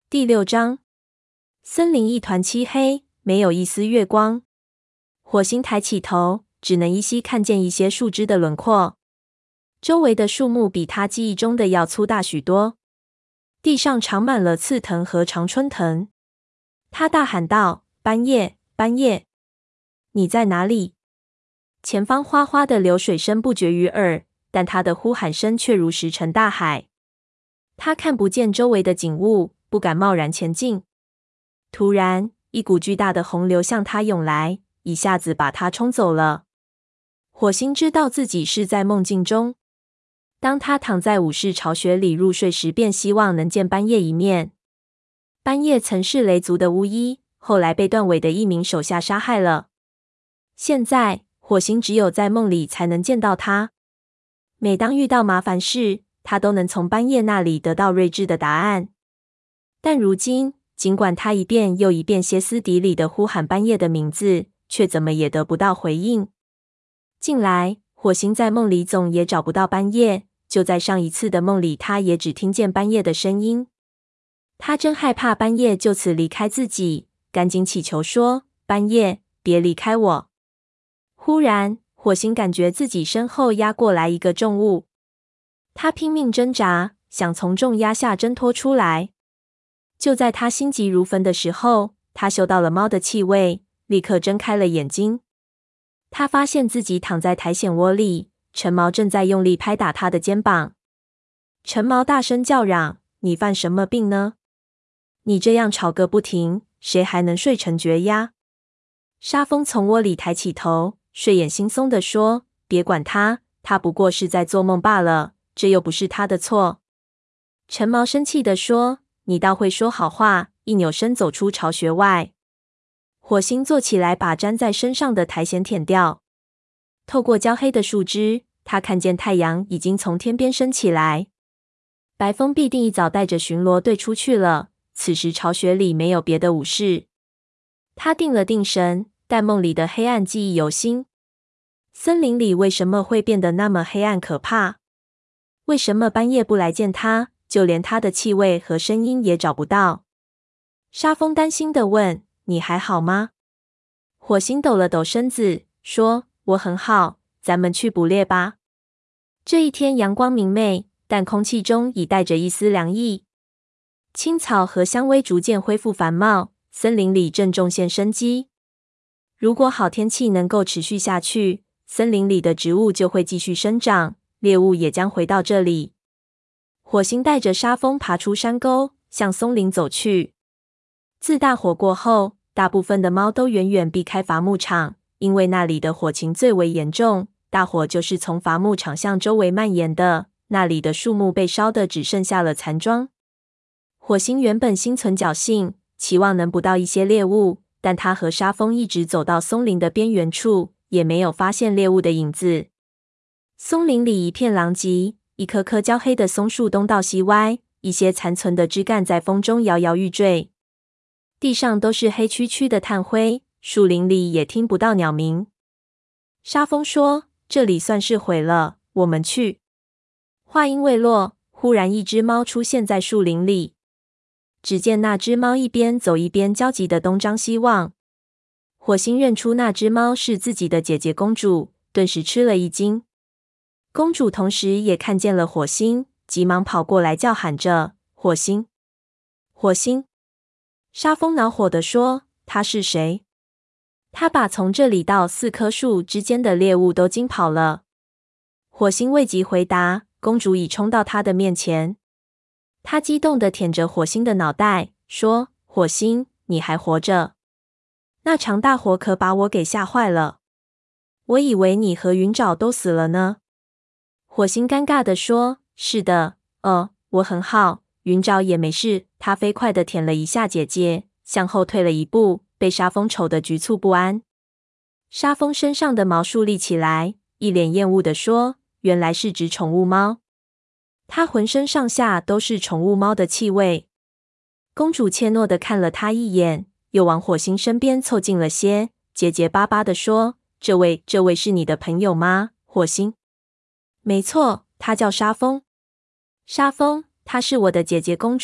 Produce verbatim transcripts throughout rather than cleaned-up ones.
第六章，森林一团漆黑，没有一丝月光。火星抬起头，只能依稀看见一些树枝的轮廓。周围的树木比他记忆中的要粗大许多，地上长满了刺藤和常春藤。他大喊道：“斑叶，斑叶，你在哪里？”前方哗哗的流水声不绝于耳，但他的呼喊声却如石沉大海。他看不见周围的景物，不敢贸然前进。突然，一股巨大的洪流向他涌来，一下子把他冲走了。火星知道自己是在梦境中。当他躺在武士巢穴里入睡时，便希望能见斑叶一面。斑叶曾是雷族的巫医，后来被段尾的一名手下杀害了。现在，火星只有在梦里才能见到他。每当遇到麻烦事，他都能从斑叶那里得到睿智的答案。但如今，尽管他一遍又一遍歇斯底里地呼喊斑叶的名字，却怎么也得不到回应。近来，火星在梦里总也找不到斑叶，就在上一次的梦里，他也只听见斑叶的声音。他真害怕斑叶就此离开自己，赶紧祈求说：“斑叶，别离开我。”忽然，火星感觉自己身后压过来一个重物。他拼命挣扎，想从重压下挣脱出来。就在他心急如焚的时候，他嗅到了猫的气味，立刻睁开了眼睛。他发现自己躺在苔藓窝里，陈毛正在用力拍打他的肩膀。陈毛大声叫嚷：“你犯什么病呢？你这样吵个不停，谁还能睡成绝呀？”沙风从窝里抬起头，睡眼惺忪地说：“别管他，他不过是在做梦罢了，这又不是他的错。”陈毛生气地说：“你倒会说好话！”一扭身走出巢穴外。火星坐起来，把粘在身上的苔藓舔掉。透过焦黑的树枝，他看见太阳已经从天边升起来。白风必定一早带着巡逻队出去了。此时巢穴里没有别的武士。他定了定神，但梦里的黑暗记忆犹新。森林里为什么会变得那么黑暗可怕？为什么斑叶不来见他，就连他的气味和声音也找不到？沙风担心地问：“你还好吗？”火星抖了抖身子，说：“我很好，咱们去捕猎吧。”这一天阳光明媚，但空气中已带着一丝凉意。青草和香薇逐渐恢复繁茂，森林里正重现生机。如果好天气能够持续下去，森林里的植物就会继续生长，猎物也将回到这里。火星带着沙风爬出山沟，向松林走去。自大火过后，大部分的猫都远远避开伐木场，因为那里的火情最为严重。大火就是从伐木场向周围蔓延的，那里的树木被烧得只剩下了残桩。火星原本心存侥幸，期望能捕到一些猎物，但他和沙风一直走到松林的边缘处，也没有发现猎物的影子。松林里一片狼藉，一棵棵焦黑的松树东倒西歪，一些残存的枝干在风中摇摇欲坠。地上都是黑黢黢的炭灰，树林里也听不到鸟鸣。沙风说：“这里算是毁了，我们去。”话音未落，忽然一只猫出现在树林里。只见那只猫一边走一边焦急地东张西望。火星认出那只猫是自己的姐姐公主，顿时吃了一惊。公主同时也看见了火星，急忙跑过来叫喊着：“火星！火星！”沙风恼火地说：“他是谁？他把从这里到四棵树之间的猎物都惊跑了。”火星未及回答，公主已冲到他的面前。他激动地舔着火星的脑袋，说：“火星，你还活着？那场大火可把我给吓坏了。我以为你和云沼都死了呢。”火星尴尬地说：“是的，哦，我很好，云沼也没事。”他飞快地舔了一下姐姐，向后退了一步，被沙风瞅得局促不安。沙风身上的毛竖立起来，一脸厌恶地说：“原来是只宠物猫。”他浑身上下都是宠物猫的气味。公主怯懦地看了他一眼，又往火星身边凑近了些，结结巴巴地说：“这位，这位是你的朋友吗，火星？”“没错，她叫沙风。”“沙风，她是我的姐姐公主。”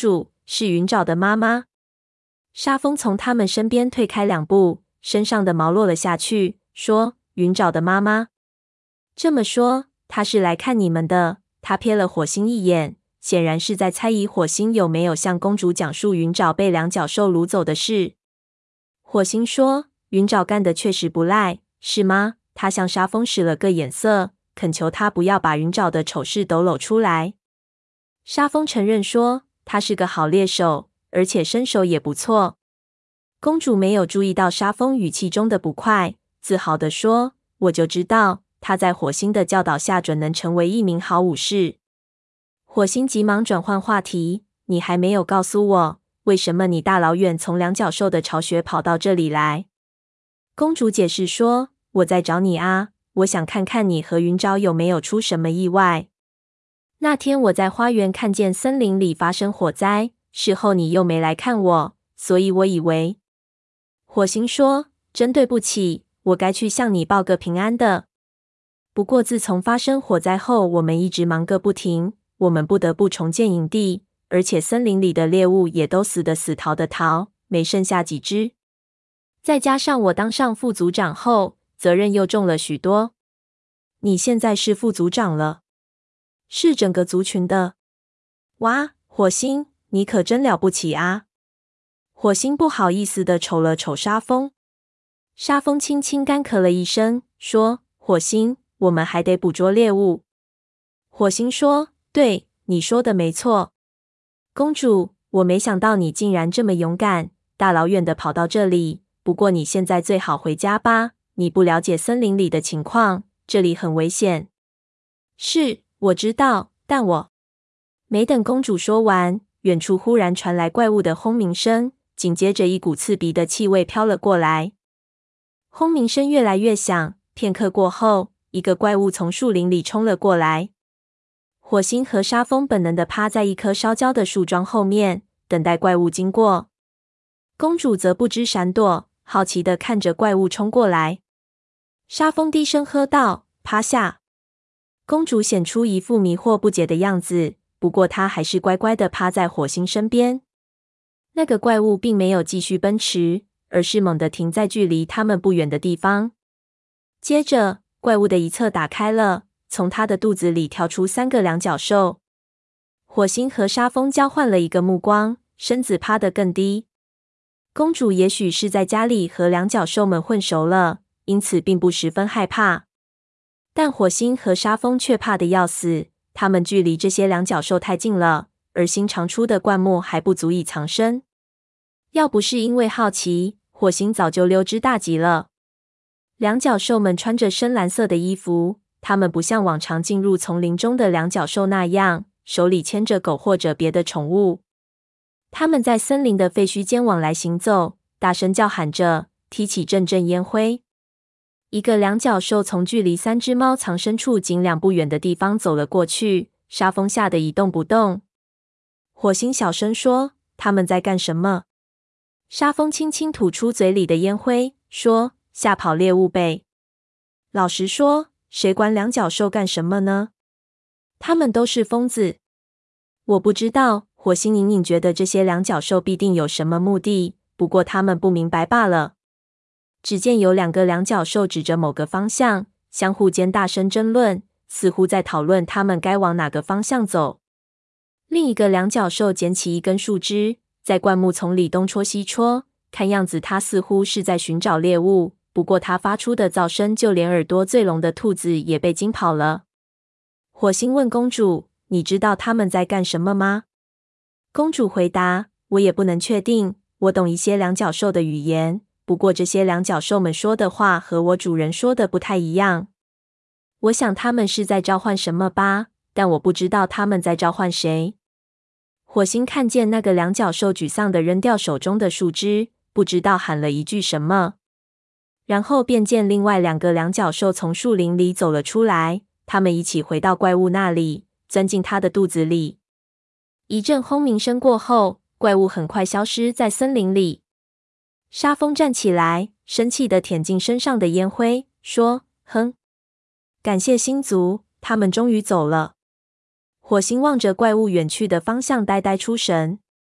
是云沼的妈妈。沙风从他们身边退开两步，身上的毛落了下去，说：“云沼的妈妈。这么说，她是来看你们的。”他瞥了火星一眼，显然是在猜疑火星有没有向公主讲述云沼被两角兽掳走的事。火星说：“云沼干的确实不赖，是吗？”他向沙风使了个眼色，恳求他不要把云沼的丑事抖搂出来。沙风承认说：“他是个好猎手，而且身手也不错。”公主没有注意到沙风语气中的不快，自豪地说：“我就知道。”他在火星的教导下准能成为一名好武士。火星急忙转换话题：“你还没有告诉我，为什么你大老远从两角兽的巢穴跑到这里来？”公主解释说：“我在找你啊，我想看看你和云沼有没有出什么意外。那天我在花园看见森林里发生火灾，事后你又没来看我，所以我以为……”火星说：“真对不起，我该去向你报个平安的。不过自从发生火灾后，我们一直忙个不停，我们不得不重建营地，而且森林里的猎物也都死的死，逃的逃，没剩下几只。再加上我当上副组长后，责任又重了许多。你现在是副组长了，是整个族群的。哇，火星，你可真了不起啊！”火星不好意思地瞅了瞅沙风。沙风轻轻干咳了一声，说：“火星，我们还得捕捉猎物。”火星说：“对，你说的没错。公主，我没想到你竟然这么勇敢，大老远的跑到这里。不过你现在最好回家吧，你不了解森林里的情况，这里很危险。”“是，我知道，但我……”没等公主说完，远处忽然传来怪物的轰鸣声，紧接着一股刺鼻的气味飘了过来。轰鸣声越来越响，片刻过后，一个怪物从树林里冲了过来。火星和沙风本能地趴在一棵烧焦的树桩后面，等待怪物经过。公主则不知闪躲，好奇地看着怪物冲过来。沙风低声喝道：“趴下！”公主显出一副迷惑不解的样子，不过她还是乖乖地趴在火星身边。那个怪物并没有继续奔驰，而是猛地停在距离他们不远的地方。接着，怪物的一侧打开了，从他的肚子里跳出三个两角兽。火星和沙风交换了一个目光，身子趴得更低。公主也许是在家里和两角兽们混熟了，因此并不十分害怕。但火星和沙风却怕得要死，他们距离这些两角兽太近了，而新长出的灌木还不足以藏身。要不是因为好奇，火星早就溜之大吉了。两角兽们穿着深蓝色的衣服，它们不像往常进入丛林中的两角兽那样，手里牵着狗或者别的宠物。它们在森林的废墟间往来行走，大声叫喊着，踢起阵阵烟灰。一个两角兽从距离三只猫藏身处仅两步远的地方走了过去，沙风吓得一动不动。火星小声说：“他们在干什么？”沙风轻轻吐出嘴里的烟灰，说：“吓跑猎物呗。老实说，谁管两角兽干什么呢？他们都是疯子。”我不知道，火星隐隐觉得这些两角兽必定有什么目的，不过他们不明白罢了。只见有两个两角兽指着某个方向，相互间大声争论，似乎在讨论他们该往哪个方向走。另一个两角兽捡起一根树枝，在灌木丛里东戳西戳，看样子它似乎是在寻找猎物，不过它发出的噪声，就连耳朵最聋的兔子也被惊跑了。火星问公主：“你知道他们在干什么吗？”公主回答：“我也不能确定，我懂一些两角兽的语言，不过这些两角兽们说的话和我主人说的不太一样。我想他们是在召唤什么吧，但我不知道他们在召唤谁。”火星看见那个两角兽沮丧地扔掉手中的树枝，不知道喊了一句什么。然后便见另外两个两角兽从树林里走了出来，他们一起回到怪物那里，钻进他的肚子里。一阵轰鸣声过后，怪物很快消失在森林里。沙风站起来，生气地舔尽身上的烟灰，说：“哼，感谢星族，他们终于走了。”火星望着怪物远去的方向，呆呆出神。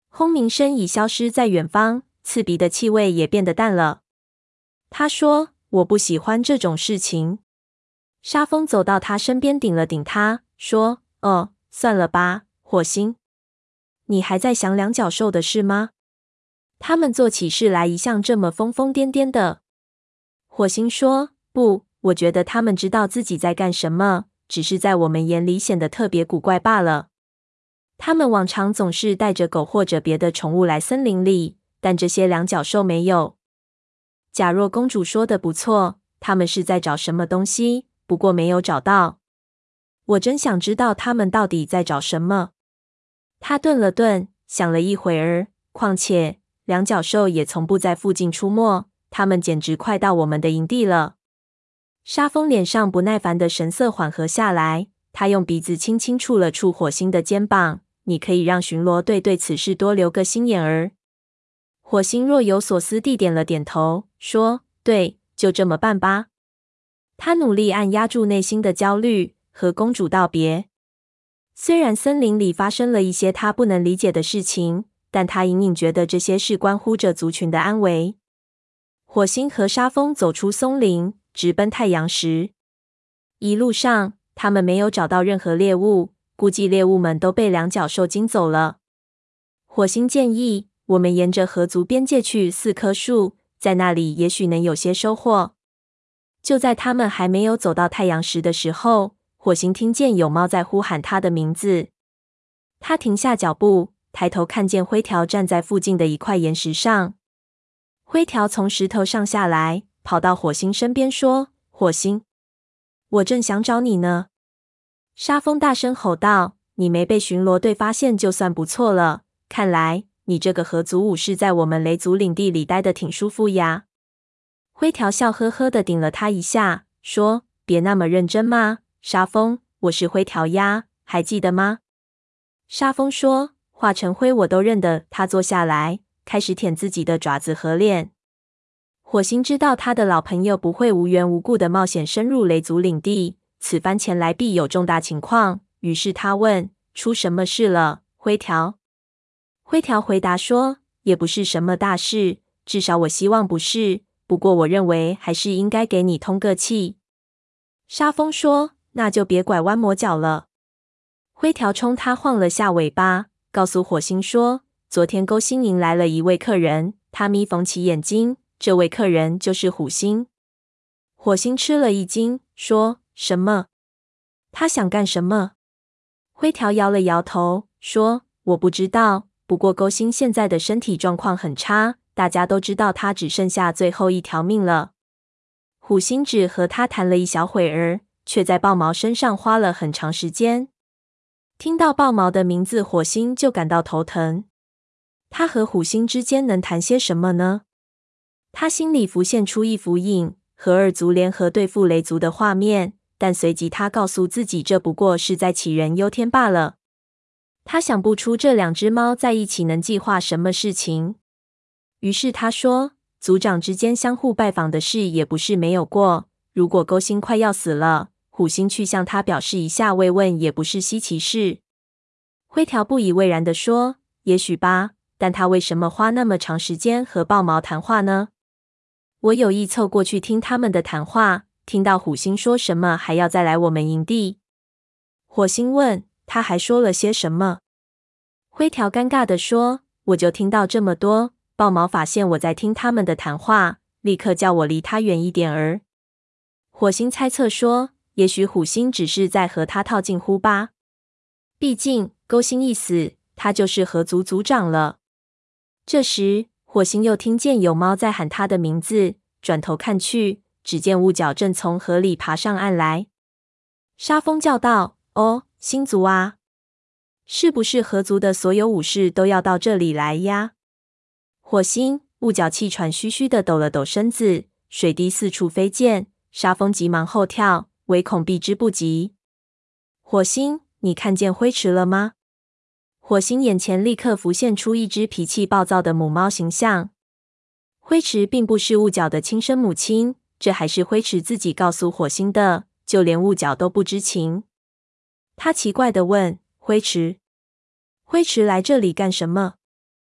轰鸣声已消失在远方，刺鼻的气味也变得淡了。他说：“我不喜欢这种事情。”沙风走到他身边，顶了顶他，说：“哦，算了吧，火星。你还在想两角兽的事吗？他们做起事来一向这么疯疯癫癫的。”火星说：“不，我觉得他们知道自己在干什么，只是在我们眼里显得特别古怪罢了。他们往常总是带着狗或者别的宠物来森林里，但这些两角兽没有。假若公主说的不错，他们是在找什么东西，不过没有找到。我真想知道他们到底在找什么。”他顿了顿，想了一会儿，况且两角兽也从不在附近出没，他们简直快到我们的营地了。沙风脸上不耐烦的神色缓和下来，他用鼻子轻轻触了触火星的肩膀：“你可以让巡逻队对此事多留个心眼儿。”火星若有所思地点了点头，说：“对，就这么办吧。”他努力按压住内心的焦虑，和公主道别。虽然森林里发生了一些他不能理解的事情，但他隐隐觉得这些事关乎着族群的安危。火星和沙风走出松林，直奔太阳石。一路上，他们没有找到任何猎物，估计猎物们都被两角兽惊走了。火星建议我们沿着河族边界去四棵树，在那里也许能有些收获。就在他们还没有走到太阳石的时候，火星听见有猫在呼喊他的名字。他停下脚步，抬头看见灰条站在附近的一块岩石上。灰条从石头上下来，跑到火星身边说：“火星，我正想找你呢。”沙风大声吼道：“你没被巡逻队发现就算不错了，看来你这个河族武士在我们雷族领地里待得挺舒服呀。”灰条笑呵呵地顶了他一下，说：“别那么认真嘛，沙风，我是灰条呀，还记得吗？”沙风说：“化成灰我都认得。”他坐下来，开始舔自己的爪子和脸。火星知道他的老朋友不会无缘无故的冒险深入雷族领地，此番前来必有重大情况，于是他问：“出什么事了，灰条？”灰条回答说：“也不是什么大事，至少我希望不是。不过我认为还是应该给你通个气。”沙风说：“那就别拐弯抹角了。”灰条冲他晃了下尾巴，告诉火星说：“昨天勾心营来了一位客人。”他眯缝起眼睛，这位客人就是虎星。火星吃了一惊，说：“什么？他想干什么？”灰条摇了摇头，说：“我不知道。不过勾心现在的身体状况很差，大家都知道他只剩下最后一条命了。”虎星只和他谈了一小会儿，却在豹毛身上花了很长时间。听到豹毛的名字，火星就感到头疼。他和虎星之间能谈些什么呢？他心里浮现出一幅影和二族联合对付雷族的画面，但随即他告诉自己，这不过是在杞人忧天罢了。他想不出这两只猫在一起能计划什么事情。于是他说，族长之间相互拜访的事也不是没有过，如果勾心快要死了，虎星去向他表示一下慰问也不是稀奇事。灰条不以为然地说：“也许吧，但他为什么花那么长时间和豹毛谈话呢？”我有意凑过去听他们的谈话，听到虎星说什么还要再来我们营地。火星问：“他还说了些什么？”灰条尴尬地说：“我就听到这么多。豹毛发现我在听他们的谈话，立刻叫我离他远一点儿。”火星猜测说：“也许虎星只是在和他套近乎吧。毕竟勾心一死，他就是河族族长了。”这时，火星又听见有猫在喊他的名字，转头看去，只见雾角正从河里爬上岸来。沙风叫道：“哦，星族啊！是不是河族的所有武士都要到这里来呀？”火星、雾角气喘吁吁地抖了抖身子，水滴四处飞溅，沙风急忙后跳，唯恐避之不及。火星，你看见灰池了吗？火星眼前立刻浮现出一只脾气暴躁的母猫形象。灰池并不是雾角的亲生母亲，这还是灰池自己告诉火星的，就连雾角都不知情。他奇怪地问：“灰池，灰池来这里干什么？”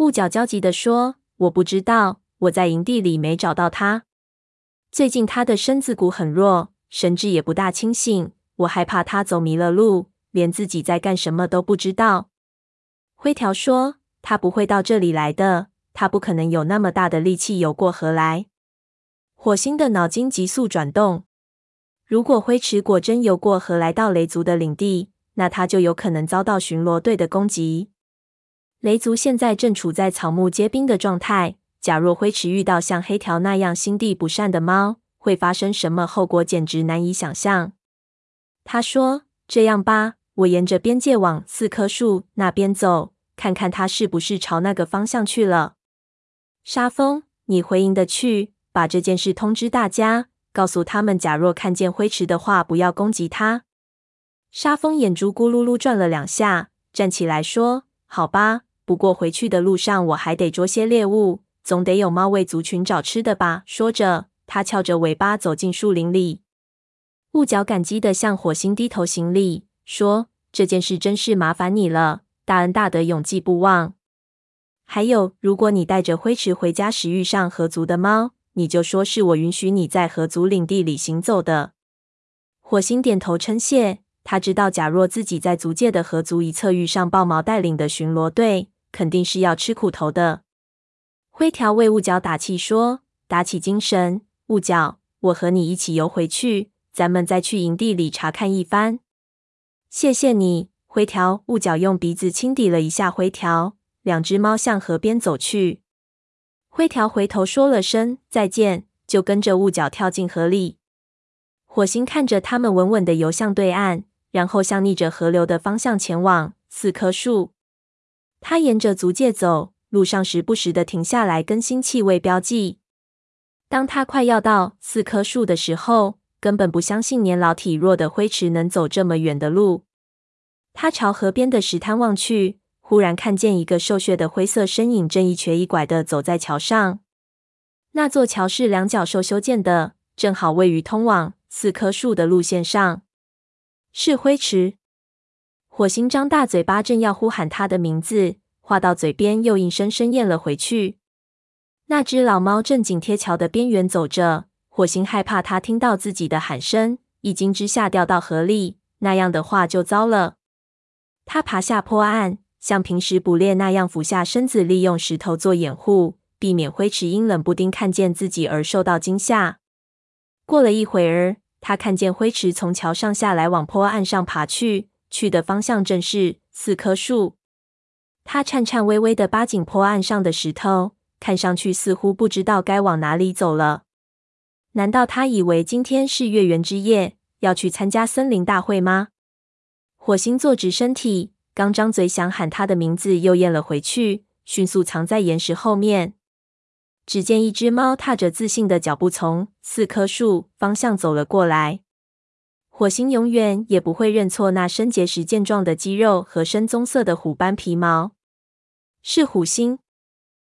雾角焦急地说：“我不知道，我在营地里没找到他。最近他的身子骨很弱，神志也不大清醒，我害怕他走迷了路，连自己在干什么都不知道。”灰条说：“他不会到这里来的，他不可能有那么大的力气游过河来。”火星的脑筋急速转动，如果灰池果真游过河来到雷族的领地，那他就有可能遭到巡逻队的攻击。雷族现在正处在草木皆兵的状态，假若灰池遇到像黑条那样心地不善的猫，会发生什么后果简直难以想象。他说：“这样吧，我沿着边界往四棵树那边走，看看他是不是朝那个方向去了。沙风，你回营的去，把这件事通知大家，告诉他们假若看见灰池的话，不要攻击他。”沙风眼珠咕噜噜转了两下，站起来说：“好吧，不过回去的路上我还得捉些猎物，总得有猫为族群找吃的吧。”说着，他翘着尾巴走进树林里。雾角感激地向火星低头行礼，说：“这件事真是麻烦你了，大恩大德永记不忘。还有，如果你带着灰池回家时遇上河族的猫，你就说是我允许你在河族领地里行走的。”火星点头称谢。他知道，假若自己在族界的河族一侧遇上豹毛带领的巡逻队，肯定是要吃苦头的。灰条为雾角打气说：“打起精神，雾角，我和你一起游回去，咱们再去营地里查看一番。”谢谢你，灰条。雾角用鼻子轻抵了一下灰条，两只猫向河边走去。灰条回头说了声再见，就跟着雾角跳进河里。火星看着他们稳稳地游向对岸，然后向逆着河流的方向前往四棵树。他沿着足界走，路上时不时地停下来更新气味标记。当他快要到四棵树的时候，根本不相信年老体弱的灰池能走这么远的路。他朝河边的石滩望去，忽然看见一个瘦削的灰色身影正一瘸一拐地走在桥上。那座桥是两角兽修建的，正好位于通往四棵树的路线上。是灰池。火星张大嘴巴，正要呼喊他的名字，话到嘴边又硬生生咽了回去。那只老猫正紧贴桥的边缘走着，火星害怕它听到自己的喊声，一惊之下掉到河里，那样的话就糟了。他爬下坡岸，像平时捕猎那样俯下身子，利用石头做掩护，避免灰池因冷不丁看见自己而受到惊吓。过了一会儿，他看见灰池从桥上下来，往坡岸上爬去，去的方向正是四棵树。他颤颤巍巍地扒紧坡岸上的石头，看上去似乎不知道该往哪里走了。难道他以为今天是月圆之夜，要去参加森林大会吗？火星坐直身体，刚张嘴想喊他的名字，又咽了回去，迅速藏在岩石后面。只见一只猫踏着自信的脚步从四棵树方向走了过来。火星永远也不会认错那身结实健壮的肌肉和深棕色的虎斑皮毛。是虎星。